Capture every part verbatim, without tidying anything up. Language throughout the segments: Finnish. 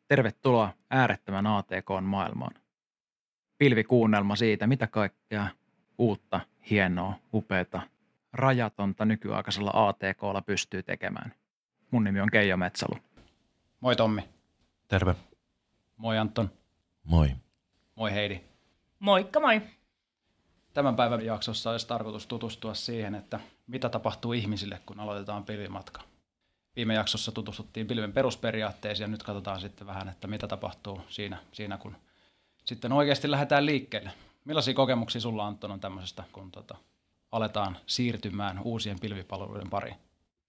Tervetuloa äärettömän A T K:n maailmaan. Pilvikuunnelma siitä, mitä kaikkea uutta, hienoa, upeata, rajatonta nykyaikaisella A T K:lla pystyy tekemään. Mun nimi on Keijo Metsalu. Moi Tommi. Terve. Moi Anton. Moi. Moi Heidi. Moikka moi. Tämän päivän jaksossa olisi tarkoitus tutustua siihen, että mitä tapahtuu ihmisille, kun aloitetaan pilvimatka. Viime jaksossa tutustuttiin pilven perusperiaatteisiin ja nyt katsotaan sitten vähän, että mitä tapahtuu siinä, siinä kun sitten oikeasti lähdetään liikkeelle. Millaisia kokemuksia sulla, Anton, on tämmöisestä, kun tota, aletaan siirtymään uusien pilvipalveluiden pariin?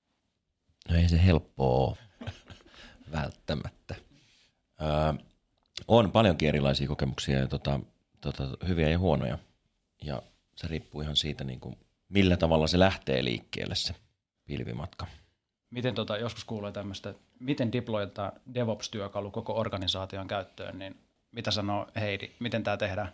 No ei se helppoa ole välttämättä. Öö, on paljonkin erilaisia kokemuksia, ja tota, tota, hyviä ja huonoja. Ja se riippuu ihan siitä, niin kuin, millä tavalla se lähtee liikkeelle se pilvimatka. Miten tota, joskus kuulee tämmöistä, että miten deployataan DevOps-työkalu koko organisaation käyttöön, niin mitä sanoo Heidi, miten tämä tehdään?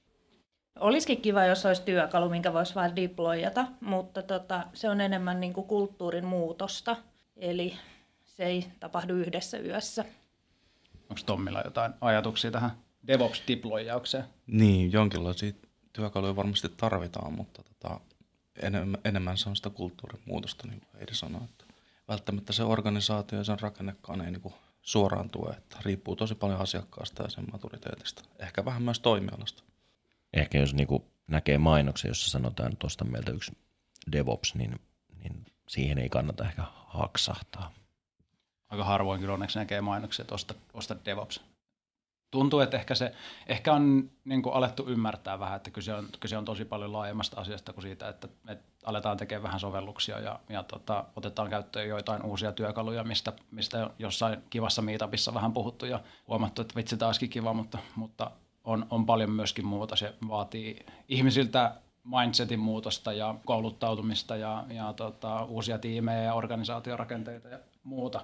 Olisikin kiva, jos olisi työkalu, minkä voisi vain deployata, mutta tota, se on enemmän niin kuin kulttuurin muutosta, eli se ei tapahdu yhdessä yössä. Onko Tommilla jotain ajatuksia tähän DevOps-deployaukseen? Niin, jonkinlaisia työkaluja varmasti tarvitaan, mutta tota, enemmän, enemmän se on sitä kulttuurin muutosta, niin kuin Heidi sanoi, että välttämättä se organisaatio ja sen rakennekaan ei niin kuin suoraan tue, että riippuu tosi paljon asiakkaasta ja sen maturiteetista, ehkä vähän myös toimialasta. Ehkä jos niinku näkee mainoksen, jossa sanotaan, että osta meiltä yksi DevOps, niin, niin siihen ei kannata ehkä haksahtaa. Aika harvoin kyllä onneksi näkee mainoksia, että osta, osta DevOps. Tuntuu, että ehkä, se, ehkä on niin kuin alettu ymmärtää vähän, että kyse on, kyse on tosi paljon laajemmasta asiasta kuin siitä, että, että aletaan tekemään vähän sovelluksia ja, ja tota, otetaan käyttöön joitain uusia työkaluja, mistä, mistä jossain kivassa meetupissa vähän puhuttu ja huomattu, että vitsi taaskin kiva, mutta, mutta on, on paljon myöskin muuta. Se vaatii ihmisiltä mindsetin muutosta ja kouluttautumista ja, ja tota, uusia tiimejä ja organisaatiorakenteita ja muuta.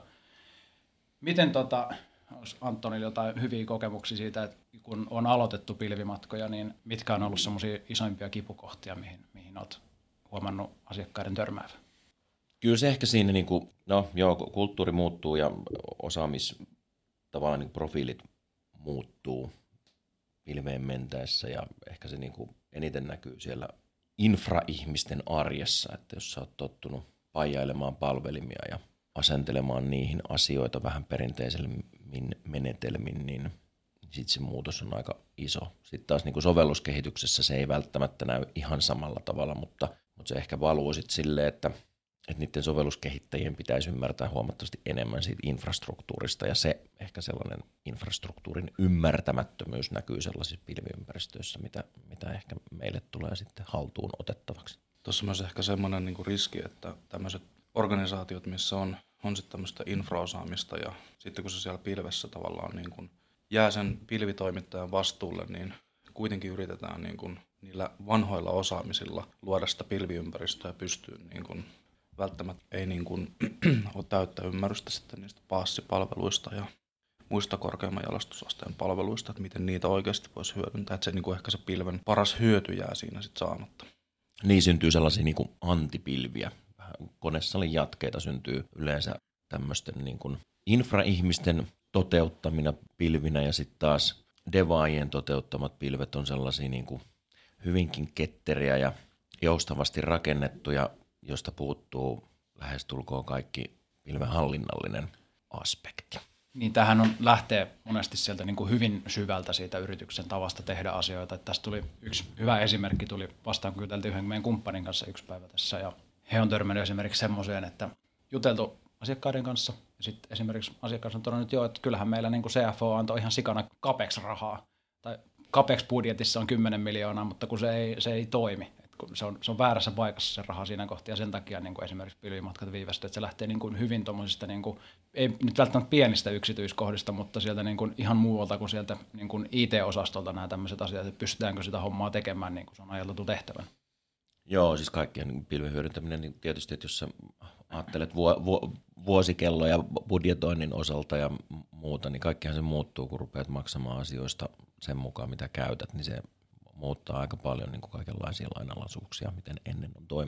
Miten tota... Olisi Antonilla jotain hyviä kokemuksia siitä, että kun on aloitettu pilvimatkoja, niin mitkä on ollut semmoisia isoimpia kipukohtia, mihin, mihin olet huomannut asiakkaiden törmäävän? Kyllä se ehkä siinä, niin kuin, no joo, kulttuuri muuttuu ja osaamis tavallaan niin profiilit muuttuu pilveen mentäessä ja ehkä se niin kuin eniten näkyy siellä infra-ihmisten arjessa, että jos sä oot tottunut paijailemaan palvelimia ja asentelemaan niihin asioita vähän perinteisemmin menetelmin, niin sitten se muutos on aika iso. Sitten taas niin kuin sovelluskehityksessä se ei välttämättä näy ihan samalla tavalla, mutta, mutta se ehkä valuu sitten silleen, että, että niiden sovelluskehittäjien pitäisi ymmärtää huomattavasti enemmän siitä infrastruktuurista, ja se ehkä sellainen infrastruktuurin ymmärtämättömyys näkyy sellaisissa pilviympäristöissä, mitä, mitä ehkä meille tulee sitten haltuun otettavaksi. Tuossa on myös ehkä semmoinen niin kuin riski, että tämmöiset organisaatiot, missä on, on sitten tämmöistä infraosaamista ja sitten kun se siellä pilvessä tavallaan niin kuin jää sen pilvitoimittajan vastuulle, niin kuitenkin yritetään niin kuin niillä vanhoilla osaamisilla luoda sitä pilviympäristöä pystyyn. Niin kuin välttämättä ei niin kuin ole täyttä ymmärrystä sitten niistä paassipalveluista ja muista korkeamman jalostusasteen palveluista, että miten niitä oikeasti voisi hyödyntää. Että se niin kuin ehkä se pilven paras hyöty jää siinä sitten saamatta. Niin syntyy sellaisia niin kuin antipilviä. Konesalin jatkeita syntyy yleensä tämmöisten niin kuin infra-ihmisten toteuttamina pilvinä ja sitten taas devaajien toteuttamat pilvet on sellaisia niin kuin hyvinkin ketteriä ja joustavasti rakennettuja, josta puuttuu lähestulkoon kaikki pilven hallinnallinen aspekti. Niin tämähän on, lähtee monesti sieltä niin kuin hyvin syvältä siitä yrityksen tavasta tehdä asioita. Että tästä tuli yksi hyvä esimerkki, tuli vastaan kun juteltiin yhden meidän kumppanin kanssa yksi päivä tässä ja he on törmännyt esimerkiksi semmoiseen, että juteltu asiakkaiden kanssa ja sitten esimerkiksi asiakkaat on todennut, että joo, että kyllähän meillä niin kuin C F O antoi ihan sikana Capex-rahaa tai Capex-budjetissa on kymmenen miljoonaa, mutta kun se ei, se ei toimi. Et kun se, on, se on väärässä paikassa se raha siinä kohtaa ja sen takia niin kuin esimerkiksi pilvimatkat viivästyy, että se lähtee niin kuin hyvin tuommoisista, niin kuin, ei nyt välttämättä pienistä yksityiskohdista, mutta sieltä niin kuin ihan muualta kuin sieltä niin kuin I T-osastolta nämä tämmöiset asiat, että pystytäänkö sitä hommaa tekemään niin kuin se on ajateltu tehtävän. Joo, siis kaikkien pilven hyödyntäminen, niin tietysti, että jos sä ajattelet vu- vu- vuosikelloja budjetoinnin osalta ja muuta, niin kaikkihan se muuttuu, kun rupeat maksamaan asioista sen mukaan, mitä käytät, niin se muuttaa aika paljon niin kuin kaikenlaisia lainalaisuuksia, miten ennen on toimittu.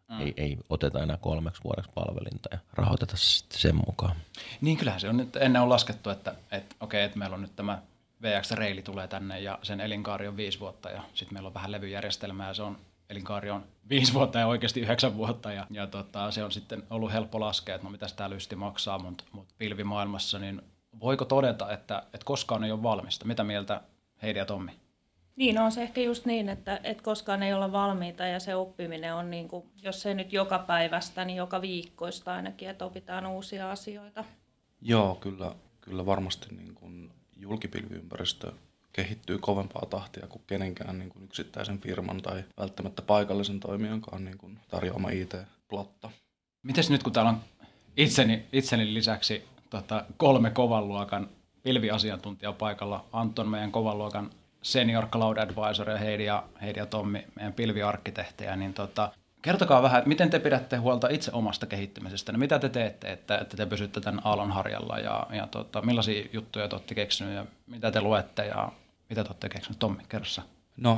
Mm. Ei, ei oteta enää kolmeksi vuodeksi palvelinta ja rahoiteta sitten sen mukaan. Niin kyllähän se on nyt, ennen on laskettu, että, että okei, että meillä on nyt tämä V X-reili tulee tänne ja sen elinkaari on viisi vuotta ja sitten meillä on vähän levyjärjestelmää ja se on elinkaari on viisi vuotta ja oikeasti yhdeksän vuotta ja, ja tota, se on sitten ollut helppo laskea, että no mitäs tämä lysti maksaa, mutta mut pilvimaailmassa, niin voiko todeta, että, että koskaan ei ole valmista? Mitä mieltä Heidi ja Tommi? Niin on se ehkä just niin, että, että koskaan ei olla valmiita ja se oppiminen on, niin kuin, jos ei nyt joka päivästä, niin joka viikkoista ainakin, että opitaan uusia asioita. Joo, kyllä, kyllä varmasti niin kuin julkipilviympäristö kehittyy kovempaa tahtia kuin kenenkään niin kuin yksittäisen firman tai välttämättä paikallisen toimijankaan niin kuin tarjoama I T-platta. Mites nyt kun täällä on itseni, itseni lisäksi tota, kolme kovan luokan pilviasiantuntijaa paikalla, Anton meidän kovan luokan Senior Cloud Advisor ja Heidi ja, Heidi ja Tommi, meidän pilviarkkitehtejä, niin tota, kertokaa vähän, että miten te pidätte huolta itse omasta kehittymisestä, niin mitä te teette, että, että te pysytte tämän aallonharjalla ja, ja tota, millaisia juttuja te olette keksinyt ja mitä te luette ja mitä te olette keksinyt? Tommi, kerro sä. No,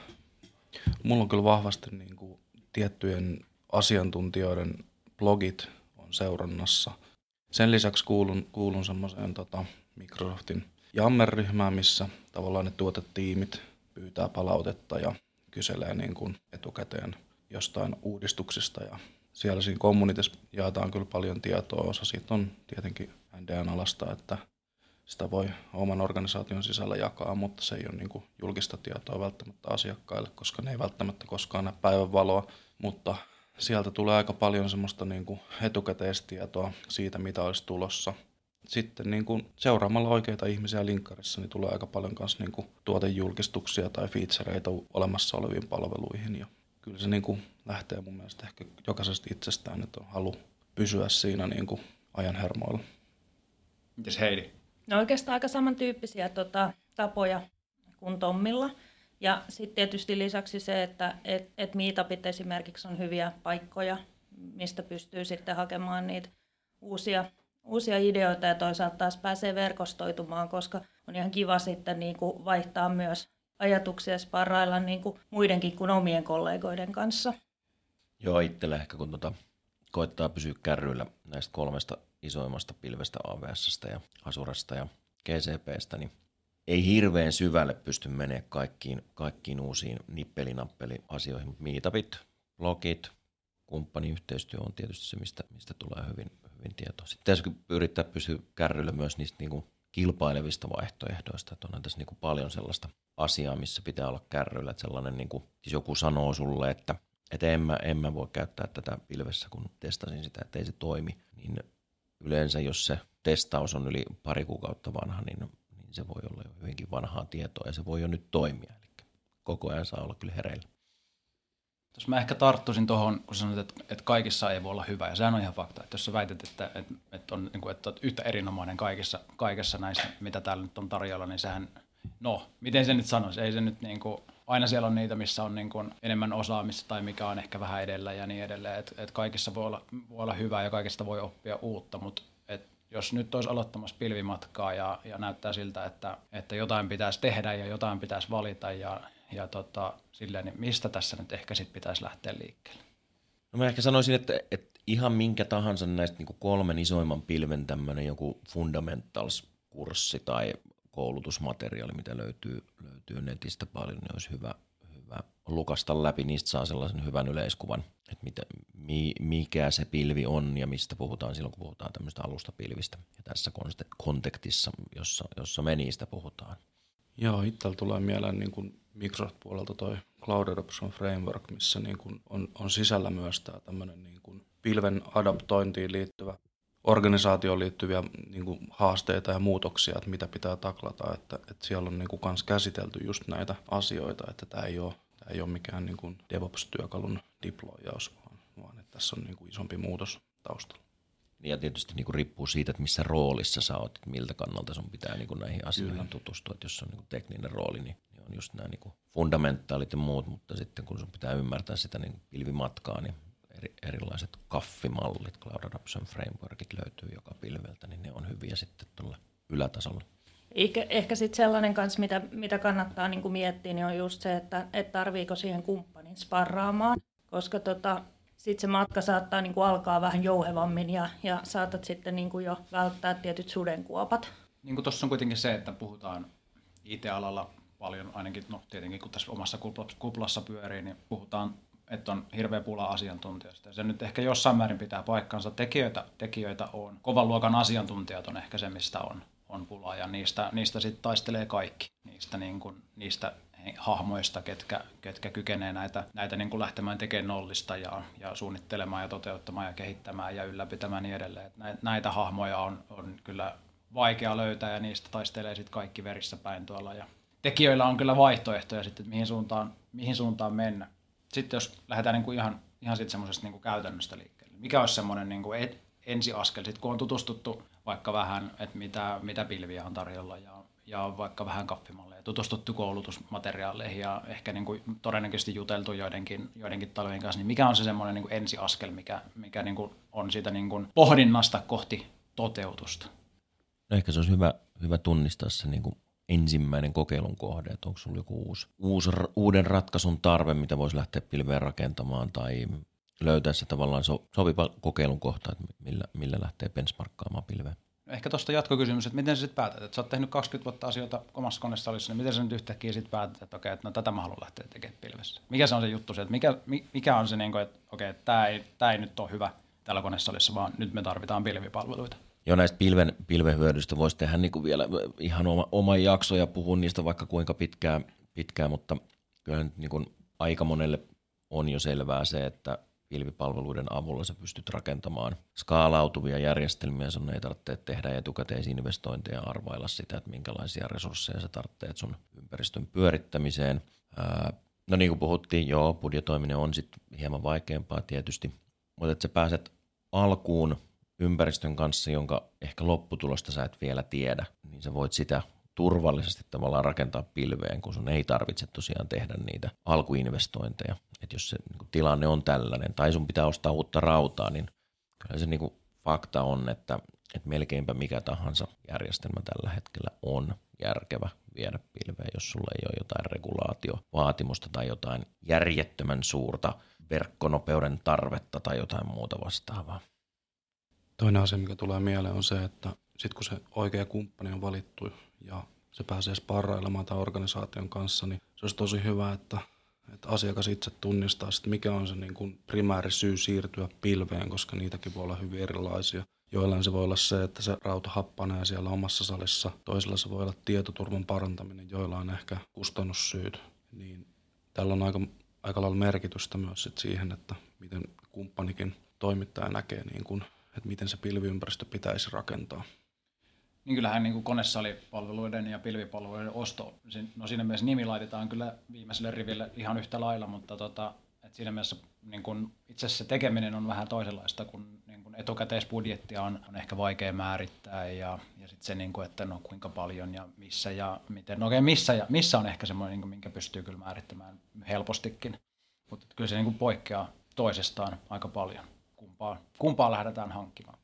mulla on kyllä vahvasti niin kuin tiettyjen asiantuntijoiden blogit on seurannassa. Sen lisäksi kuulun, kuulun semmoiseen tota, Microsoftin Jammer-ryhmään, missä tavallaan ne tuotetiimit pyytää palautetta ja kyselee niin kuin etukäteen jostain uudistuksista. Ja siellä siinä communityssä jaetaan kyllä paljon tietoa. Osa siitä on tietenkin N D N-alasta, että sitä voi oman organisaation sisällä jakaa, mutta se ei ole niin kuin julkista tietoa välttämättä asiakkaille, koska ne ei välttämättä koskaan näe päivänvaloa. Mutta sieltä tulee aika paljon semmoista niin kuin etukäteistietoa siitä, mitä olisi tulossa. Sitten niin kuin seuraamalla oikeita ihmisiä linkkarissa niin tulee aika paljon myös niin kuin tuotejulkistuksia tai featureita olemassa oleviin palveluihin. Ja kyllä se niin kuin lähtee mun mielestä ehkä jokaisesta itsestään, että on halu pysyä siinä niin kuin ajan hermoilla. Mites Heidi? No oikeastaan aika samantyyppisiä tota, tapoja kuin Tommilla. Ja sitten tietysti lisäksi se, että et, et meetupit esimerkiksi on hyviä paikkoja, mistä pystyy sitten hakemaan niitä uusia uusia ideoita ja toisaalta taas pääsee verkostoitumaan, koska on ihan kiva sitten niin kuin vaihtaa myös ajatuksia ja sparrailla niin kuin muidenkin kuin omien kollegoiden kanssa. Joo, itsellä ehkä kun tuota, koettaa pysyä kärryillä näistä kolmesta isoimmasta pilvestä A W S:stä ja Azuresta ja G C P:stä, niin ei hirveän syvälle pysty menemään kaikkiin, kaikkiin uusiin nippelinappeli-asioihin, mutta meetupit, blogit, kumppaniyhteistyö on tietysti se, mistä, mistä tulee hyvin, hyvin tietoa. Sitten tässä yrittää pysyä kärryillä myös niistä niin kuin kilpailevista vaihtoehdoista, että onhan tässä niin kuin paljon sellaista asiaa, missä pitää olla kärryillä, että sellainen, niin kuin, siis joku sanoo sulle, että, että en, mä, en mä voi käyttää tätä pilvessä, kun testasin sitä, että ei se toimi, niin yleensä jos se testaus on yli pari kuukautta vanha, niin, niin se voi olla jo hyvinkin vanhaa tietoa ja se voi jo nyt toimia, eli koko ajan saa olla kyllä hereillä. Tuossa mä ehkä tarttuisin tuohon, kun sanoit, että, että kaikissa ei voi olla hyvä, ja sehän on ihan fakta, että jos sä väität, että, että, että, on, että olet yhtä erinomainen kaikissa, kaikessa näissä, mitä täällä nyt on tarjolla, niin sehän, no, miten se nyt sanoisi, ei se nyt niin kuin, aina siellä on niitä, missä on niin kuin enemmän osaamista tai mikä on ehkä vähän edellä ja niin edelleen, että, että kaikissa voi olla, voi olla hyvä ja kaikista voi oppia uutta, mutta että jos nyt olisi aloittamassa pilvimatkaa ja, ja näyttää siltä, että, että jotain pitäisi tehdä ja jotain pitäisi valita ja Ja tota, silleen, niin mistä tässä nyt ehkä sit pitäisi lähteä liikkeelle? No mä ehkä sanoisin, että, että ihan minkä tahansa näistä niin kuin kolmen isoimman pilven tämmöinen joku fundamentals-kurssi tai koulutusmateriaali, mitä löytyy, löytyy netistä paljon, niin olisi hyvä, hyvä lukasta läpi. Niistä saa sellaisen hyvän yleiskuvan, että mitä, mi, mikä se pilvi on ja mistä puhutaan silloin, kun puhutaan tämmöistä alustapilvistä. Ja tässä kontekstissa, jossa, jossa me niistä puhutaan. Joo, itsellä tulee mieleen niin kuin Microsoft-puolelta toi Cloud Adoption Framework, missä niin kuin on, on sisällä myös tämä tämmöinen niin kuin pilven adaptointiin liittyvä, organisaatioon liittyviä niin kuin haasteita ja muutoksia, että mitä pitää taklata, että, että siellä on niin kuin kans käsitelty just näitä asioita, että tämä ei ole, tämä ei ole mikään niin kuin DevOps-työkalun deployaus, vaan, vaan että tässä on niin kuin isompi muutos taustalla. Ja tietysti niin kuin riippuu siitä, että missä roolissa sä oot, että miltä kannalta sun pitää niin kuin näihin asioihin Kyllä. tutustua. Että jos on niin kuin tekninen rooli, niin on just nämä niin kuin fundamentaalit ja muut, mutta sitten kun sun pitää ymmärtää sitä niin kuin pilvimatkaa, niin eri, erilaiset kaffimallit, Cloud Adoption Frameworkit löytyy joka pilveltä, niin ne on hyviä sitten tuolla ylätasolla. Ehkä, ehkä sitten sellainen kanssa, mitä, mitä kannattaa niin kuin miettiä, niin on just se, että et tarviiko siihen kumppanin sparraamaan, koska tota, sitten se matka saattaa niin kuin alkaa vähän jouhevammin ja, ja saatat sitten niin kuin jo välttää tietyt sudenkuopat. Niin kuin tuossa on kuitenkin se, että puhutaan I T-alalla paljon, ainakin no tietenkin kun tässä omassa kuplassa pyörii, niin puhutaan, että on hirveä pula asiantuntijoista. Ja se nyt ehkä jossain määrin pitää paikkansa. Tekijöitä, tekijöitä on. Kovan luokan asiantuntijat on ehkä se, mistä on, on pula, ja niistä, niistä sitten taistelee kaikki. Niistä, niin kuin, niistä hahmoista, ketkä, ketkä kykenee näitä, näitä niin kuin lähtemään tekemään nollista ja, ja suunnittelemaan ja toteuttamaan ja kehittämään ja ylläpitämään niin edelleen. Näitä, näitä hahmoja on, on kyllä vaikea löytää ja niistä taistelee sitten kaikki verissä päin tuolla. Ja tekijöillä on kyllä vaihtoehtoja sitten, mihin suuntaan, mihin suuntaan mennä. Sitten jos lähdetään niin kuin ihan, ihan sitten semmoisesta niin kuin käytännöstä liikkeelle. Mikä olisi semmoinen niin kuin ensiaskel, sitten kun on tutustuttu vaikka vähän, että mitä, mitä pilviä on tarjolla ja, ja vaikka vähän kaffimalleja, tutustuttu koulutusmateriaaleihin ja ehkä niin kuin todennäköisesti juteltu joidenkin, joidenkin talojen kanssa, niin mikä on se semmoinen niin kuin ensiaskel, mikä, mikä niin kuin on siitä niin kuin pohdinnasta kohti toteutusta? No ehkä se olisi hyvä, hyvä tunnistaa se niin kuin ensimmäinen kokeilun kohde, että onko sinulla joku uusi, uusi, uuden ratkaisun tarve, mitä voisi lähteä pilveen rakentamaan tai löytää se tavallaan so, sopiva kokeilun kohta, että millä, millä lähtee benchmarkkaamaan pilveen. Ehkä tuosta jatkokysymys, että miten sä sitten päätät, että sä oot tehnyt kaksikymmentä vuotta asioita omassa konesalissa, niin miten sä nyt yhtäkkiä sitten päätät, että okei, että no tätä mä haluan lähteä tekemään pilvessä. Mikä se on se juttu, että mikä, mikä on se, niin kuin, että okei, että tämä ei, tämä ei nyt ole hyvä täällä konesalissa, vaan nyt me tarvitaan pilvipalveluita. Joo, näistä pilven, pilven hyödyistä voisi tehdä niin kuin vielä ihan oma, oma jakso ja puhua niistä vaikka kuinka pitkään, pitkään mutta kyllä nyt niin kuin aika monelle on jo selvää se, että pilvipalveluiden avulla sä pystyt rakentamaan skaalautuvia järjestelmiä, sun ei tarvitse tehdä etukäteisinvestointeja ja arvailla sitä, että minkälaisia resursseja sä tarvitset sun ympäristön pyörittämiseen. Ää, no niin kuin puhuttiin, joo, budjetoiminen on sitten hieman vaikeampaa tietysti, mutta että sä pääset alkuun ympäristön kanssa, jonka ehkä lopputulosta sä et vielä tiedä, niin sä voit sitä turvallisesti tavallaan rakentaa pilveen, kun sun ei tarvitse tosiaan tehdä niitä alkuinvestointeja. Että jos se niin kuin tilanne on tällainen, tai sun pitää ostaa uutta rautaa, niin kyllä se niin kuin fakta on, että, että melkeinpä mikä tahansa järjestelmä tällä hetkellä on järkevä viedä pilveen, jos sulla ei ole jotain regulaatiovaatimusta tai jotain järjettömän suurta verkkonopeuden tarvetta tai jotain muuta vastaavaa. Toinen asia, mikä tulee mieleen, on se, että sitten kun se oikea kumppani on valittu ja se pääsee sparrailemaan tämän organisaation kanssa, niin se olisi tosi hyvä, että, että asiakas itse tunnistaa, sit mikä on se niin kuin primääri syy siirtyä pilveen, koska niitäkin voi olla hyvin erilaisia. Joillain se voi olla se, että se rauta happanee siellä omassa salissa, toisilla se voi olla tietoturvan parantaminen, joilla on ehkä kustannussyyt. Niin tällä on aika, aika lailla merkitystä myös sit siihen, että miten kumppanikin toimittaja näkee niin kuin että miten se pilviympäristö pitäisi rakentaa. Niin kyllähän niin kuin konesalipalveluiden ja pilvipalveluiden osto, no siinä mielessä nimi laitetaan kyllä viimeiselle riville ihan yhtä lailla, mutta tota, että siinä mielessä niin kuin itse asiassa se tekeminen on vähän toisenlaista, kun, niin kuin etukäteisbudjettia on, on ehkä vaikea määrittää ja, ja sitten se, niin kuin, että no kuinka paljon ja missä ja miten, no okei missä, ja, missä on ehkä semmoinen, niin kuin, minkä pystyy kyllä määrittämään helpostikin, mutta kyllä se niin kuin poikkeaa toisestaan aika paljon. Kumpaa, kumpaa lähdetään hankkimaan.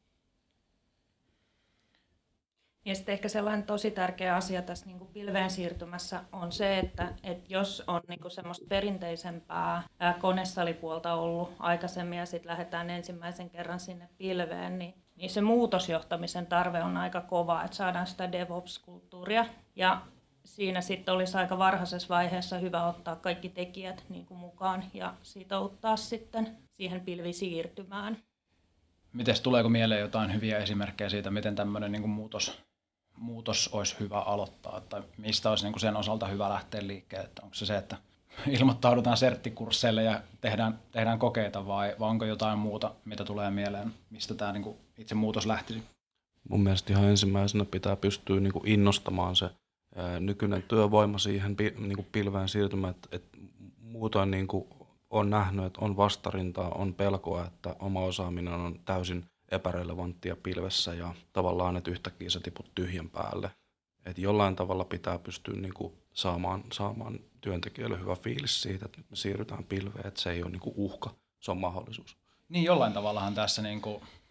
Ja sitten ehkä sellainen tosi tärkeä asia tässä niin kuin pilveen siirtymässä on se, että, että jos on niin kuin semmoista perinteisempää ää, konesalipuolta ollut aikaisemmin ja sitten lähdetään ensimmäisen kerran sinne pilveen, niin, niin se muutosjohtamisen tarve on aika kova, että saadaan sitä DevOps-kulttuuria. Ja siinä sitten olisi aika varhaisessa vaiheessa hyvä ottaa kaikki tekijät niin kuin mukaan ja sitouttaa sitten siihen pilvisiirtymään. Mites, tuleeko mieleen jotain hyviä esimerkkejä siitä, miten tämmöinen niin kuin muutos, muutos olisi hyvä aloittaa, tai mistä olisi niin kuin sen osalta hyvä lähteä liikkeelle? Että onko se se, että ilmoittaudutaan serttikursseille ja tehdään, tehdään kokeita, vai, vai onko jotain muuta, mitä tulee mieleen, mistä tämä niin kuin itse muutos lähtisi? Mun mielestä ihan ensimmäisenä pitää pystyä niin kuin innostamaan se ää, nykyinen työvoima siihen niin kuin pilveen siirtymään, että, että muutoin niin kuin on nähnyt, että on vastarintaa, on pelkoa, että oma osaaminen on täysin epärelevanttia pilvessä ja tavallaan, että yhtäkkiä se tiput tyhjän päälle. Että jollain tavalla pitää pystyä niin kuin saamaan, saamaan työntekijöille hyvä fiilis siitä, että nyt me siirrytään pilveen, että se ei ole niin kuin uhka, se on mahdollisuus. Niin jollain tavallahan tässä niin kuin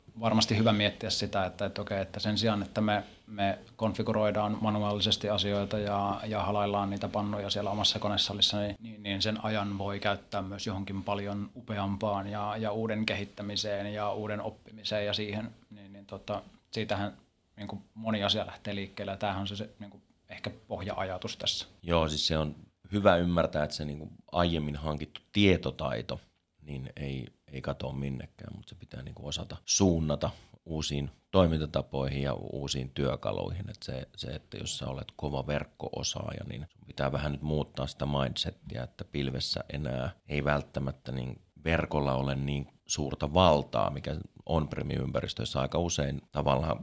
varmasti hyvä miettiä sitä, että, että, okei, että sen sijaan, että me, me konfiguroidaan manuaalisesti asioita ja, ja halaillaan niitä pannuja siellä omassa konesalissa, niin, niin, niin sen ajan voi käyttää myös johonkin paljon upeampaan ja, ja uuden kehittämiseen ja uuden oppimiseen ja siihen, niin, niin tota, siitähän niin kuin moni asia lähtee liikkeelle ja tämähän on se, se niin kuin ehkä pohja-ajatus tässä. Joo, siis se on hyvä ymmärtää, että se niin kuin aiemmin hankittu tietotaito niin ei, ei katoa minnekään, mutta se pitää niin kuin osata suunnata uusiin toimintatapoihin ja uusiin työkaluihin. Että se, se, että jos sä olet kova verkko-osaaja, niin sun pitää vähän nyt muuttaa sitä mindsettiä, että pilvessä enää ei välttämättä niin verkolla ole niin suurta valtaa, mikä on-premi-ympäristöissä aika usein tavallaan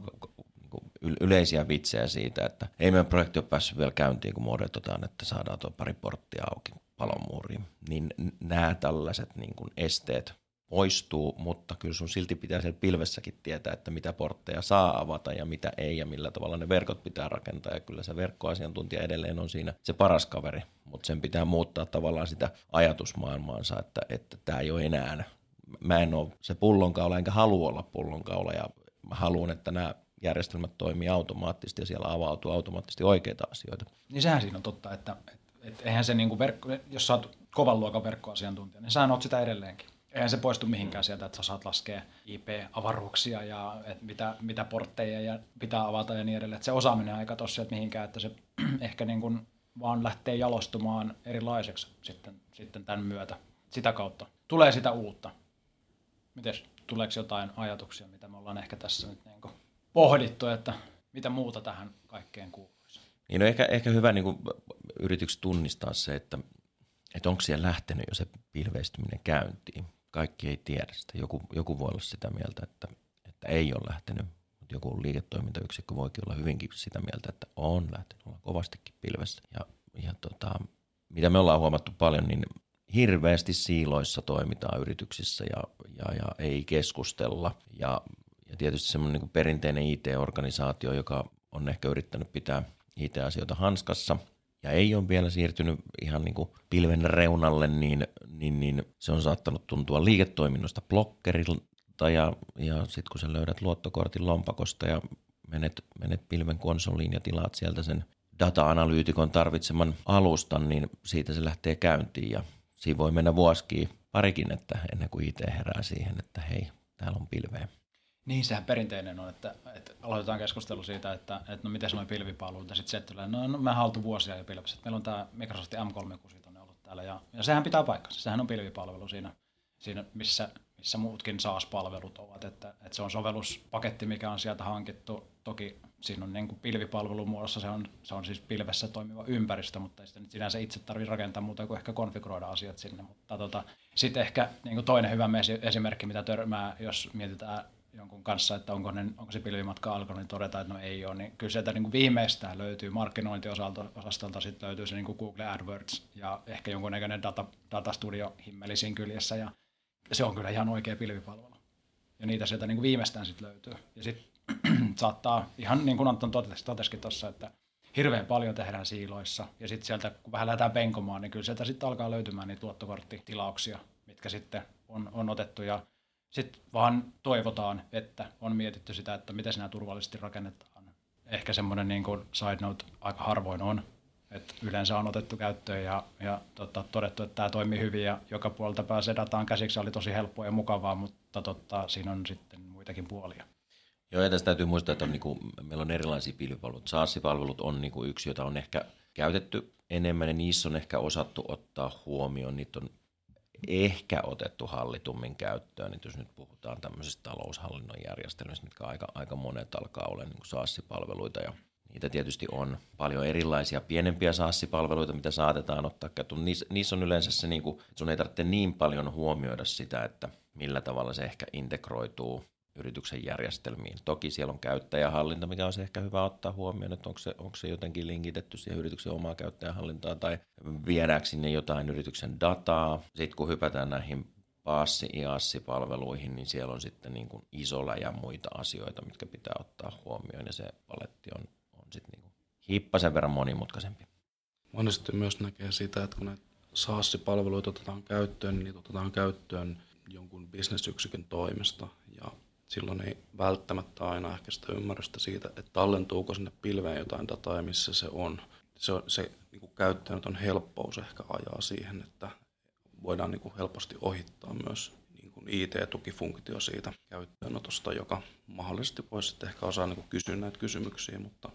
yleisiä vitsejä siitä, että ei meidän projekti ole päässyt vielä käyntiin, kun me odotetaan, että saadaan tuo pari porttia auki palomuuriin. Niin nämä tällaiset niin kuin esteet poistuu, mutta kyllä sun silti pitää siellä pilvessäkin tietää, että mitä portteja saa avata ja mitä ei ja millä tavalla ne verkot pitää rakentaa. Ja kyllä se verkkoasiantuntija edelleen on siinä se paras kaveri, mutta sen pitää muuttaa tavallaan sitä ajatusmaailmaansa, että, että tämä ei ole enää. Mä en ole se pullonkaula enkä halua olla pullonkaula ja mä haluan, että nämä järjestelmät toimii automaattisesti ja siellä avautuu automaattisesti oikeita asioita. Niin sehän siinä on totta, että et, et eihän se niinku verkko, jos sä oot kovan luokan verkkoasiantuntija, niin sähän oot sitä edelleenkin. Eihän se poistu mihinkään sieltä, että sä saat laskea I P-avaruuksia ja et mitä, mitä portteja ja pitää avata ja niin edelleen. Et se osaaminen aika tossa sieltä mihinkään, että se ehkä niinku vaan lähtee jalostumaan erilaiseksi sitten, sitten tämän myötä. Sitä kautta tulee sitä uutta. Mites, tuleeko jotain ajatuksia, mitä me ollaan ehkä tässä nyt niinku pohdittu, että mitä muuta tähän kaikkeen kuuluisi? Niin no ehkä, ehkä hyvä niin kuin yrityksi tunnistaa se, että, että onko siellä lähtenyt jo se pilveistyminen käyntiin. Kaikki ei tiedä sitä. Joku, joku voi olla sitä mieltä, että, että ei ole lähtenyt, mutta joku liiketoimintayksikkö voikin olla hyvinkin sitä mieltä, että on lähtenyt, ollaan kovastikin pilvessä. Ja, ja tota, mitä me ollaan huomattu paljon, niin hirveästi siiloissa toimitaan yrityksissä ja, ja, ja ei keskustella ja Ja tietysti semmoinen niin perinteinen I T-organisaatio, joka on ehkä yrittänyt pitää I T-asioita hanskassa ja ei ole vielä siirtynyt ihan niin kuin pilven reunalle, niin, niin, niin se on saattanut tuntua liiketoiminnosta blokkerilta ja, ja sitten kun sä löydät luottokortin lompakosta ja menet, menet pilven konsoliin ja tilaat sieltä sen data-analyytikon tarvitseman alustan, niin siitä se lähtee käyntiin ja siinä voi mennä vuosikin parikin, että ennen kuin I T herää siihen, että hei, täällä on pilveä. Niin, sehän perinteinen on, että, että aloitetaan keskustelu siitä, että, että no miten se on pilvipalveluita, sitten se, että no, no mehän oltu vuosia jo pilvessä. Meillä on tämä Microsoft M kolmesataakuusikymmentä ollut täällä ja, ja sehän pitää paikkansa. Sehän on pilvipalvelu siinä, siinä missä, missä muutkin SaaS-palvelut ovat, että, että se on sovelluspaketti, mikä on sieltä hankittu. Toki siinä on niin kuin pilvipalvelun muodossa, se on, se on siis pilvessä toimiva ympäristö, mutta ei sitä nyt sinänsä itse tarvitse rakentaa muuta kuin ehkä konfiguroida asiat sinne. Mutta tota, sitten ehkä niin kuin toinen hyvä esimerkki, mitä törmää, jos mietitään jonkun kanssa, että onko, ne, onko se pilvimatka alkanut, niin todetaan, että no ei ole. Niin kyllä sieltä niin kuin viimeistään löytyy markkinointiosastolta, sitten löytyy se niin kuin Google AdWords ja ehkä jonkunnäköinen data, datastudio himmelisin kyljessä. Ja se on kyllä ihan oikea pilvipalvelu. Ja niitä sieltä niin kuin viimeistään sitten löytyy. Ja sitten saattaa, ihan niin kuin Anton totesikin tuossa, että hirveän paljon tehdään siiloissa. Ja sitten sieltä, kun vähän lähdetään penkomaan, niin kyllä sieltä sitten alkaa löytymään niitä luottokorttitilauksia, mitkä sitten on, on otettu. Ja sitten vaan toivotaan, että on mietitty sitä, että miten nämä turvallisesti rakennetaan. Ehkä semmoinen niin kuin side note aika harvoin on, että yleensä on otettu käyttöön ja, ja tota, todettu, että tämä toimii hyvin ja joka puolelta pääsee dataan käsiksi, oli tosi helppoa ja mukavaa, mutta totta, siinä on sitten muitakin puolia. Joo, ja tässä täytyy muistaa, että on niin kuin, meillä on erilaisia pilvipalveluita. SaaS-palvelut on niin kuin yksi, jota on ehkä käytetty enemmän ja niissä on ehkä osattu ottaa huomioon. Niitä on ehkä otettu hallitummin käyttöön, niin jos nyt puhutaan tämmöisistä taloushallinnon järjestelmistä, mitkä aika, aika monet alkaa olla niin kuin SaaS-palveluita ja niitä tietysti on paljon erilaisia pienempiä SaaS-palveluita, mitä saatetaan ottaa käyttöön. Niissä, niissä on yleensä se, niin kuin, että sun ei tarvitse niin paljon huomioida sitä, että millä tavalla se ehkä integroituu yrityksen järjestelmiin. Toki siellä on käyttäjähallinta, mikä on se ehkä hyvä ottaa huomioon, että onko se, onko se jotenkin linkitetty siihen yrityksen omaa käyttäjähallintaa tai viedäänkö sinne jotain yrityksen dataa. Sitten kun hypätään näihin paassi- I A S S-palveluihin, niin siellä on sitten niin kuin iso läjä muita asioita, mitkä pitää ottaa huomioon ja se paletti on, on sitten niin kuin hippasen verran monimutkaisempi. Monesti myös näkee sitä, että kun näitä SaaS-palveluita otetaan käyttöön, niin niitä otetaan käyttöön jonkun bisnesyksikön toimesta. Ja silloin ei välttämättä aina ehkä sitä ymmärrystä siitä, että tallentuuko sinne pilveen jotain dataa ja missä se on. Se, on, se niin kuin käyttäjänoton helppous ehkä ajaa siihen, että voidaan niin kuin helposti ohittaa myös niin kuin I T-tukifunktio siitä käyttöönotosta, joka mahdollisesti voisi sitten ehkä osaa niin kuin kysyä näitä kysymyksiä. Mutta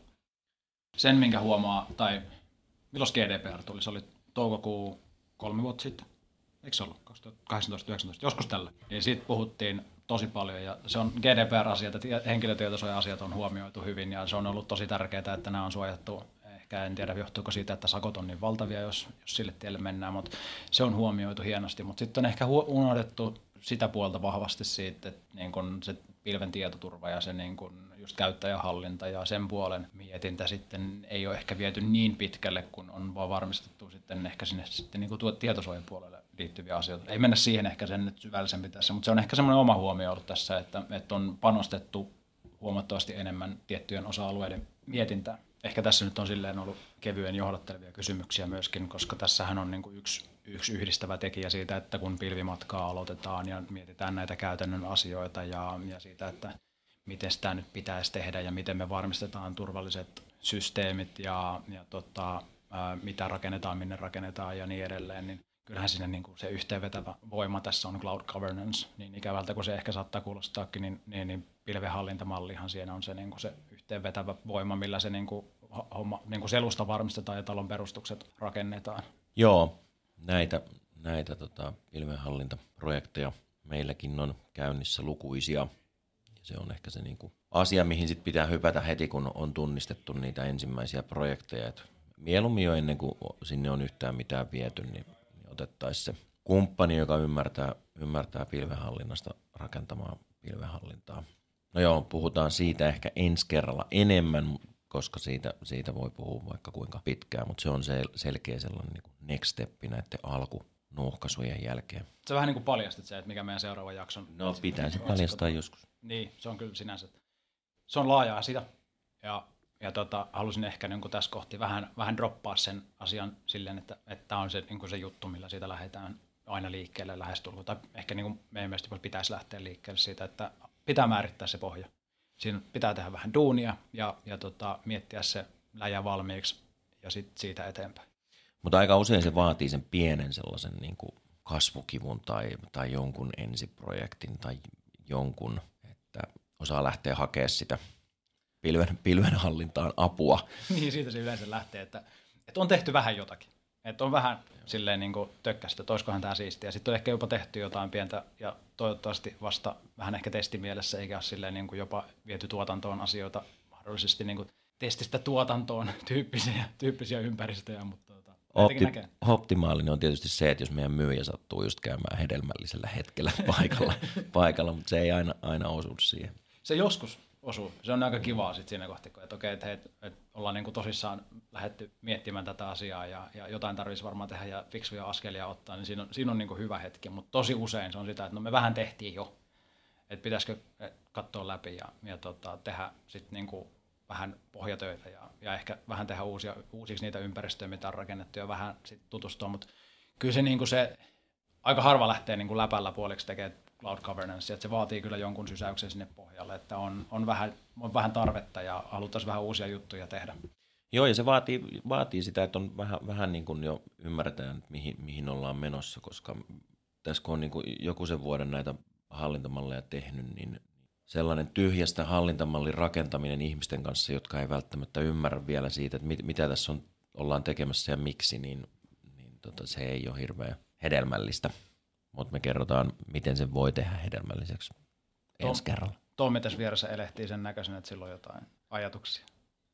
sen, minkä huomaa, tai milloin G D P R tuli, se oli toukokuu kolme vuotta sitten, eikö se ollut kaksituhattakahdeksantoista yhdeksäntoista, joskus tällä. Niin siitä puhuttiin tosi paljon ja se on G D P R-asiat, että henkilötietosuoja-asiat on huomioitu hyvin ja se on ollut tosi tärkeää, että nämä on suojattu. Ehkä en tiedä, johtuuko siitä, että sakot on niin valtavia, jos, jos sille tielle mennään, mutta se on huomioitu hienosti. Mutta sitten on ehkä unohdettu sitä puolta vahvasti siitä, että niin kun se pilven tietoturva ja se niin kun just käyttäjähallinta ja sen puolen mietintä sitten ei ole ehkä viety niin pitkälle, kun on vaan varmistettu sitten ehkä sinne sitten niin kun tuo tietosuojan puolelle liittyviä asioita. Ei mennä siihen ehkä sen nyt syvällisempi tässä, mutta se on ehkä semmoinen oma huomio ollut tässä, että, että on panostettu huomattavasti enemmän tiettyjen osa-alueiden mietintään. Ehkä tässä nyt on silleen ollut kevyen johdattelevia kysymyksiä myöskin, koska tässähän on niin kuin yksi, yksi yhdistävä tekijä siitä, että kun pilvimatkaa aloitetaan ja mietitään näitä käytännön asioita ja, ja siitä, että miten sitä nyt pitäisi tehdä ja miten me varmistetaan turvalliset systeemit ja, ja tota, ää, mitä rakennetaan, minne rakennetaan ja niin edelleen, niin kyllähän siinä niin kuin se yhteenvetävä voima tässä on cloud governance, niin ikävältä kuin se ehkä saattaa kuulostaakin, niin, niin, niin pilvenhallintamallihan siinä on se, niin kuin se yhteenvetävä voima, millä se niin kuin, homma, niin kuin selusta varmistetaan ja talon perustukset rakennetaan. Joo, näitä, näitä tota, pilvenhallintaprojekteja meilläkin on käynnissä lukuisia. Se on ehkä se niin kuin asia, mihin sit pitää hypätä heti, kun on tunnistettu niitä ensimmäisiä projekteja. Et mieluummin jo ennen kuin sinne on yhtään mitään viety, niin otettaisiin se kumppani, joka ymmärtää, ymmärtää pilvenhallinnasta rakentamaan pilvenhallintaa. No joo, puhutaan siitä ehkä ensi kerralla enemmän, koska siitä, siitä voi puhua vaikka kuinka pitkään, mutta se on sel- selkeä sellainen niin kuin next step näiden alkunuuhkaisujen jälkeen. Se vähän niin kuin paljastit se, että mikä meidän seuraava jakson... No pitää se paljastaa joskus. Niin, se on kyllä sinänsä. Se on laaja asia ja Ja tota, halusin ehkä niin kuin tässä kohti vähän, vähän droppaa sen asian silleen, että tämä on se, niin kuin se juttu, millä siitä lähdetään aina liikkeelle lähestulkoon. Tai ehkä niin kuin meidän mielestä pitäisi lähteä liikkeelle siitä, että pitää määrittää se pohja. Siinä pitää tehdä vähän duunia ja, ja tota, miettiä se läjä valmiiksi ja sitten siitä eteenpäin. Mutta aika usein se vaatii sen pienen sellaisen niin kuin kasvukivun tai, tai jonkun ensiprojektin tai jonkun, että osaa lähteä hakemaan sitä Pilven, pilvenhallintaan apua. Niin, siitä se yleensä lähtee, että, että on tehty vähän jotakin. Että on vähän silleen niin kuin tökkästä, että olisikohan tämä siistiä. Sitten on ehkä jopa tehty jotain pientä ja toivottavasti vasta vähän ehkä testimielessä, eikä ole silleen niin kuin jopa viety tuotantoon asioita, mahdollisesti niin kuin testistä tuotantoon tyyppisiä, tyyppisiä ympäristöjä. Mutta tuota, Opti- optimaalinen on tietysti se, että jos meidän myyjä sattuu just käymään hedelmällisellä hetkellä paikalla, paikalla mutta se ei aina, aina osu siihen. Se joskus osuu. Se on aika kivaa sitten siinä kohti, että okei, että, hei, että ollaan niinku tosissaan lähdetty miettimään tätä asiaa ja, ja jotain tarvitsisi varmaan tehdä ja fiksuja askelia ottaa, niin siinä on, siinä on niinku hyvä hetki, mutta tosi usein se on sitä, että no me vähän tehtiin jo, että pitäisikö katsoa läpi ja, ja tota, tehdä sitten niinku vähän pohjatöitä ja, ja ehkä vähän tehdä uusia, uusiksi niitä ympäristöjä, mitä on rakennettu ja vähän sit tutustua, mutta kyllä se, niinku se aika harva lähtee niinku läpällä puoliksi tekemään cloud governance, että se vaatii kyllä jonkun sysäyksen sinne pohjalle, että on, on, vähän, on vähän tarvetta ja haluttaisiin vähän uusia juttuja tehdä. Joo, ja se vaatii, vaatii sitä, että on vähän, vähän niin kuin jo ymmärretään, mihin, mihin ollaan menossa, koska tässä kun on niin kuin joku sen vuoden näitä hallintamalleja tehnyt, niin sellainen tyhjästä hallintamallin rakentaminen ihmisten kanssa, jotka ei välttämättä ymmärrä vielä siitä, että mit, mitä tässä on, ollaan tekemässä ja miksi, niin, niin tota, se ei ole hirveän hedelmällistä. Mutta me kerrotaan, miten se voi tehdä hedelmälliseksi ensi kerralla. Tommi tässä vieressä elehtii sen näköisen, että sillä on jotain ajatuksia.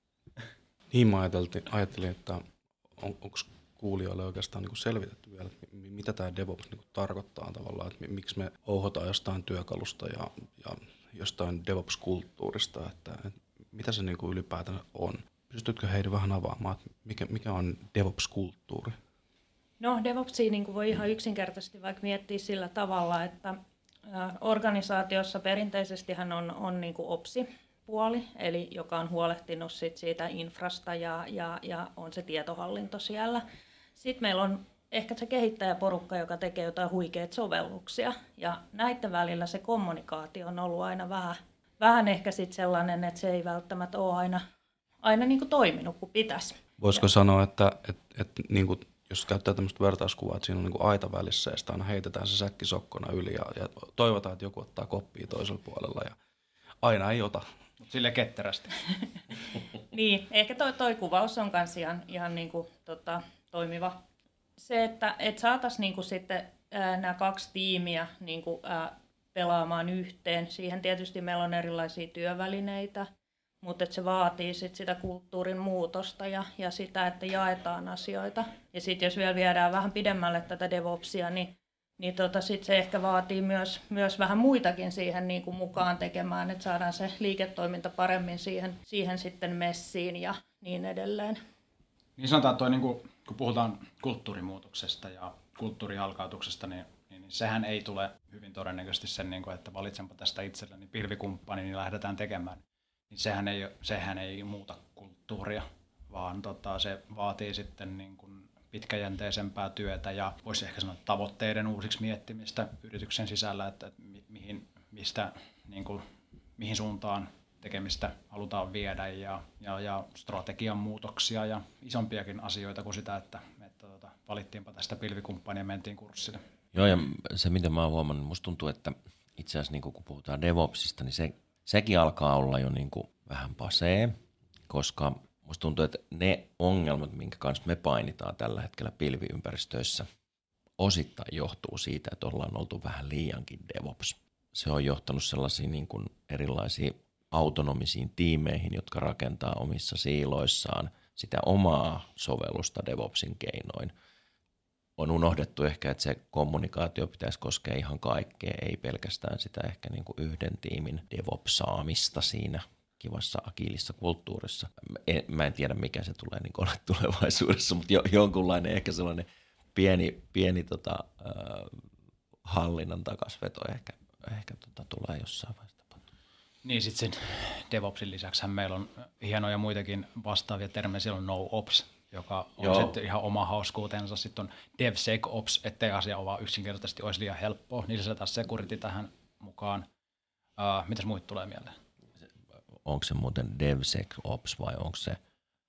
Niin mä ajattelin, ajattelin että on, onko kuulijoille oikeastaan niin kuin selvitetty vielä, että mitä tämä DevOps niin kuin tarkoittaa tavallaan, että miksi me ouhotaan jostain työkalusta ja, ja jostain DevOps-kulttuurista, että, että mitä se niin kuin ylipäätään on. Pystytkö Heidi vähän avaamaan, että mikä, mikä on DevOps-kulttuuri? No DevOpsia niin kuin voi ihan yksinkertaisesti vaikka miettiä sillä tavalla, että organisaatiossa perinteisestihän on, on niin kuin opsi-puoli, eli joka on huolehtinut sit siitä infrasta ja, ja, ja on se tietohallinto siellä. Sitten meillä on ehkä se kehittäjäporukka, joka tekee jotain huikeita sovelluksia. Ja näiden välillä se kommunikaatio on ollut aina vähän, vähän ehkä sit sellainen, että se ei välttämättä ole aina, aina niin kuin toiminut kuin pitäisi. Voisiko ja. sanoa, että, että, että niin kuin, jos käyttää tämmöistä vertauskuvaa, että siinä on niin kuin aita välissä ja sitä aina heitetään se säkki sokkona yli ja, ja toivotaan, että joku ottaa koppia toisella puolella ja aina ei ota. Mutta silleen ketterästi. Niin, ehkä toi, toi kuvaus on myös ihan, ihan niin kuin, tota, toimiva. Se, että et saataisiin niin kuin sitten ää, nämä kaksi tiimiä niin kuin, ää, pelaamaan yhteen. Siihen tietysti meillä on erilaisia työvälineitä, mutta se vaatii sit sitä kulttuurin muutosta ja, ja sitä, että jaetaan asioita. Ja sitten jos vielä viedään vähän pidemmälle tätä DevOpsia, niin, niin tota sit se ehkä vaatii myös, myös vähän muitakin siihen niin kuin mukaan tekemään, että saadaan se liiketoiminta paremmin siihen, siihen sitten messiin ja niin edelleen. Niin sanotaan, että toi, niin kuin, kun puhutaan kulttuurimuutoksesta ja kulttuurijalkautuksesta, niin, niin, niin sehän ei tule hyvin todennäköisesti sen, niin kuin, että valitsenpa tästä itselleni pilvikumppani, niin lähdetään tekemään. Niin sehän, ei, sehän ei muuta kulttuuria, vaan tota, se vaatii sitten niin kuin pitkäjänteisempää työtä ja voisi ehkä sanoa tavoitteiden uusiksi miettimistä yrityksen sisällä, että mi, mihin, mistä, niin kuin, mihin suuntaan tekemistä halutaan viedä ja, ja, ja strategian muutoksia ja isompiakin asioita kuin sitä, että, että tota, valittiinpa tästä pilvikumppania ja mentiin kurssille. Joo, ja se mitä mä oon huomannut, musta tuntuu, että itse asiassa niin kun puhutaan DevOpsista, niin se, sekin alkaa olla jo niin kuin vähän pasee, koska musta tuntuu, että ne ongelmat, minkä kanssa me painitaan tällä hetkellä pilviympäristöissä, osittain johtuu siitä, että ollaan oltu vähän liiankin DevOps. Se on johtanut sellaisiin niin kuin erilaisiin autonomisiin tiimeihin, jotka rakentaa omissa siiloissaan sitä omaa sovellusta DevOpsin keinoin. On unohdettu ehkä, että se kommunikaatio pitäisi koskea ihan kaikkea, ei pelkästään sitä ehkä niin kuin yhden tiimin DevOpsaamista siinä kivassa agiilissa kulttuurissa. Mä en tiedä, mikä se tulee niin olla tulevaisuudessa, mutta jo, jonkunlainen ehkä sellainen pieni, pieni tota, äh, hallinnan takasveto ehkä, ehkä tota, tulee jossain vaiheessa. Niin sitten sen DevOpsin lisäksi meillä on hienoja muitakin vastaavia termejä. Siellä on NoOps, joka on Joo. sitten ihan oma hauskuutensa. Sitten on DevSecOps, ettei asia vaan yksinkertaisesti olisi liian helppoa. Niin lisätään security tähän mukaan. Uh, mitäs muut tulee mieleen? Onko se muuten DevSecOps vai onko se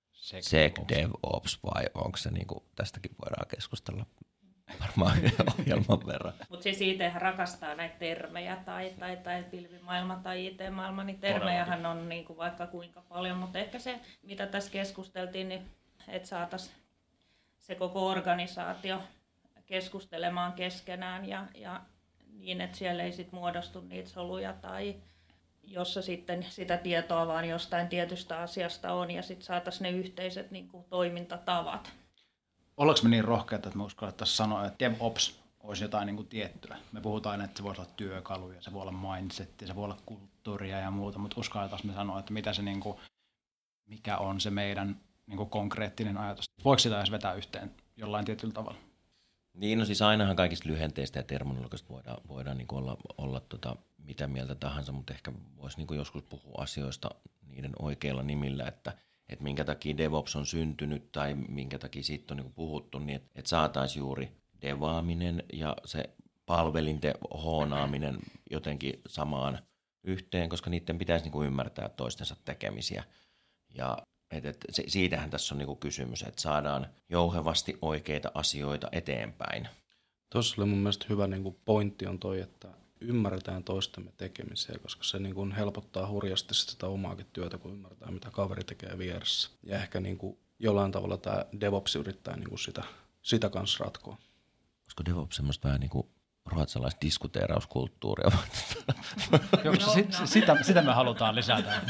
SecDevOps vai onko se, niin kuin tästäkin voidaan keskustella varmaan ohjelman verran. Mutta siis I T rakastaa näitä termejä, tai, tai, tai pilvimaailma tai I T-maailma, niin termejähän on niin kuin vaikka kuinka paljon, mutta ehkä se, mitä tässä keskusteltiin, niin että saataisiin se koko organisaatio keskustelemaan keskenään ja, ja niin, että siellä ei sit muodostu niitä soluja tai jossa sitten sitä tietoa vaan jostain tietystä asiasta on ja sitten saataisiin ne yhteiset niin kuin toimintatavat. Ollaanko me niin rohkeita, että me uskallettaisiin sanoa, että DevOps olisi jotain niin kuin tiettyä? Me puhutaan, että se voisi olla työkaluja, se voi olla mindset, se voi olla kulttuuria ja muuta, mutta uskallettaisiin me sanoa, että mitä se, niin kuin, mikä on se meidän niin kuin konkreettinen ajatus. Voiko sitä edes vetää yhteen jollain tietyllä tavalla? Niin, no siis ainahan kaikista lyhenteistä ja terminologista voidaan, voidaan niin kuin olla, olla tota, mitä mieltä tahansa, mutta ehkä voisi niin kuin joskus puhua asioista niiden oikeilla nimillä, että että minkä takia DevOps on syntynyt tai minkä takia siitä on niin kuin puhuttu, niin että et saataisiin juuri devaaminen ja se palvelinten hoonaaminen jotenkin samaan yhteen, koska niiden pitäisi niin kuin ymmärtää toistensa tekemisiä. Ja et, et, se, siitähän tässä on niin kuin kysymys, että saadaan jouhevasti oikeita asioita eteenpäin. Tuossa oli mun mielestä hyvä niin kuin pointti on toi, että ymmärretään toistemme tekemisiä, koska se niin kuin helpottaa hurjasti sitä omaakin työtä, kun ymmärretään, mitä kaveri tekee vieressä. Ja ehkä niin kuin jollain tavalla tämä DevOps yrittää niin kuin sitä, sitä kanssa ratkoa. Olisiko DevOps semmoista vähän niin kuin ruotsalaista diskuteerauskulttuuria? Joo, no, sit, no. Sitä, sitä me halutaan lisätä.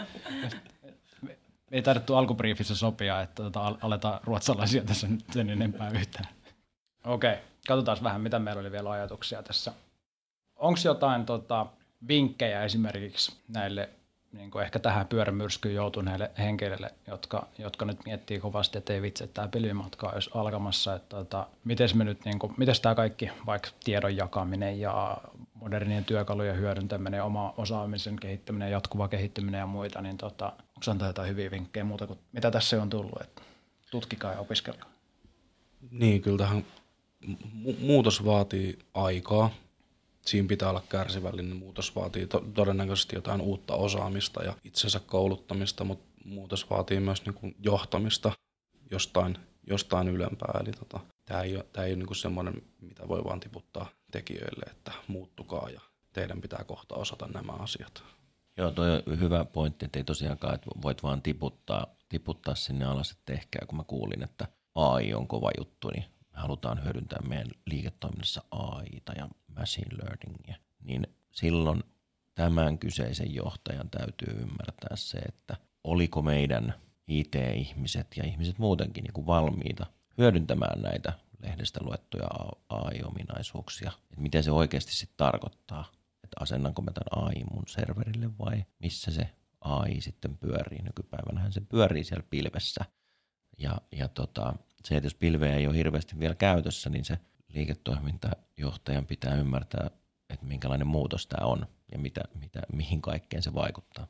Me ei taidettu alkubriifissä sopia, että tota, aletaan ruotsalaisia tässä nyt sen enempää yhtään. Okei, katsotaan vähän, mitä meillä oli vielä ajatuksia tässä. Onko jotain tota, vinkkejä esimerkiksi näille niin kuin ehkä tähän pyörämyrskyyn joutuneille henkilöille, jotka, jotka nyt miettii kovasti, että ei vitsi, että tämä pilvimatka olisi alkamassa. Että, tota, mites me nyt, niin kuin, mites tämä kaikki, vaikka tiedon jakaminen ja modernien työkalujen hyödyntäminen, oma osaamisen kehittäminen, jatkuva kehittyminen ja muita, niin tota, onko antaa jotain hyviä vinkkejä muuta kuin mitä tässä on tullut, että tutkikaa ja opiskelkaa? Niin, kyllä tähän mu- muutos vaatii aikaa. Siinä pitää olla kärsivällinen. Muutos vaatii to- todennäköisesti jotain uutta osaamista ja itsensä kouluttamista, mutta muutos vaatii myös niin kuin johtamista jostain, jostain ylempää. Eli tota, tämä ei ole, tää ei ole niin kuin semmoinen, mitä voi vaan tiputtaa tekijöille, että muuttukaa ja teidän pitää kohta osata nämä asiat. Joo, toi on hyvä pointti, että ei tosiaankaan, että voit vaan tiputtaa, tiputtaa sinne alas, että tehkää. Kun mä kuulin, että A I on kova juttu, niin me halutaan hyödyntää meidän liiketoiminnassa A I:ta ja machine learningia, niin silloin tämän kyseisen johtajan täytyy ymmärtää se, että oliko meidän I T-ihmiset ja ihmiset muutenkin niin kuin valmiita hyödyntämään näitä lehdestä luettuja A I-ominaisuuksia, että miten se oikeasti sitten tarkoittaa, että asennanko mä tämän A I mun serverille vai missä se A I sitten pyörii. Nykypäivänähän se pyörii siellä pilvessä ja, ja tota, se, että jos pilveä ei ole hirveästi vielä käytössä, niin se liiketoimintajohtajan pitää ymmärtää, että minkälainen muutos tämä on ja mitä, mitä, mihin kaikkeen se vaikuttaa.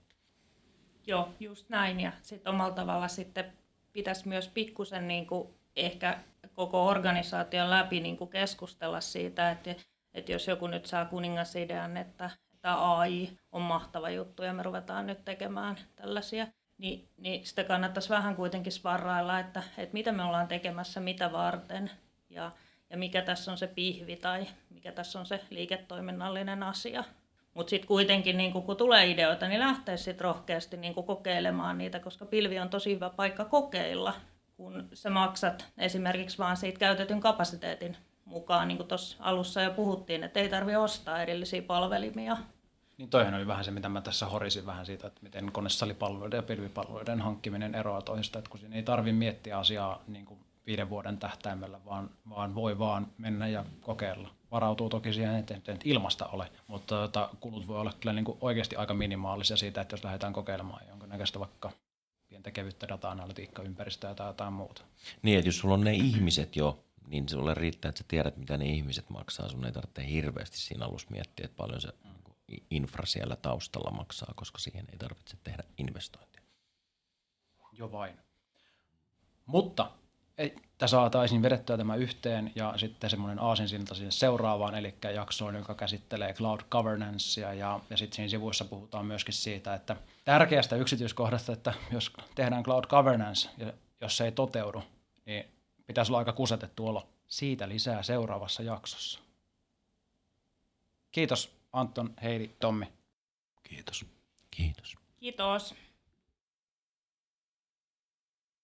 Joo, just näin. Ja sitten omalla tavalla sitten pitäisi myös pikkusen niin kuin ehkä koko organisaation läpi niin kuin keskustella siitä, että, että jos joku nyt saa kuningasidean, että, että A I on mahtava juttu ja me ruvetaan nyt tekemään tällaisia, niin, niin sitä kannattaisi vähän kuitenkin sparrailla, että, että mitä me ollaan tekemässä, mitä varten ja, ja mikä tässä on se pihvi tai mikä tässä on se liiketoiminnallinen asia. Mutta sitten kuitenkin, niin kun tulee ideoita, niin lähtee sitten rohkeasti niin kokeilemaan niitä, koska pilvi on tosi hyvä paikka kokeilla, kun sä maksat esimerkiksi vaan siitä käytetyn kapasiteetin mukaan, niin kuin tuossa alussa jo puhuttiin, että ei tarvitse ostaa erillisiä palvelimia. Niin toihan oli vähän se, mitä mä tässä horisin vähän siitä, että miten konesalipalveluiden ja pilvipalveluiden hankkiminen eroaa toisista, että kun siinä ei tarvitse miettiä asiaa niin kuin viiden vuoden tähtäimellä, vaan, vaan voi vaan mennä ja kokeilla. Varautuu toki siihen, että ei ilmasta ole, mutta tota, kulut voi olla kyllä niin kuin oikeasti aika minimaalisia siitä, että jos lähdetään kokeilemaan jonkinnäköistä vaikka pientä kevyttä data-analytiikkaympäristöä tai jotain muuta. Niin, että jos sulla on ne ihmiset jo, niin sulle riittää, että sä tiedät, mitä ne ihmiset maksaa. Sun ei tarvitse hirveästi siinä alussa miettiä, että paljon se infra siellä taustalla maksaa, koska siihen ei tarvitse tehdä investointia. Jo vain. Mutta että saataisiin vedettyä tämä yhteen ja sitten semmoinen aasinsilta sinne seuraavaan, eli jaksoon, joka käsittelee cloud governancea ja, ja sitten siinä sivuissa puhutaan myöskin siitä, että tärkeästä yksityiskohdasta, että jos tehdään cloud governance ja jos se ei toteudu, niin pitäisi olla aika kusetettu olo. Siitä lisää seuraavassa jaksossa. Kiitos Anton, Heidi, Tommi. Kiitos. Kiitos. Kiitos.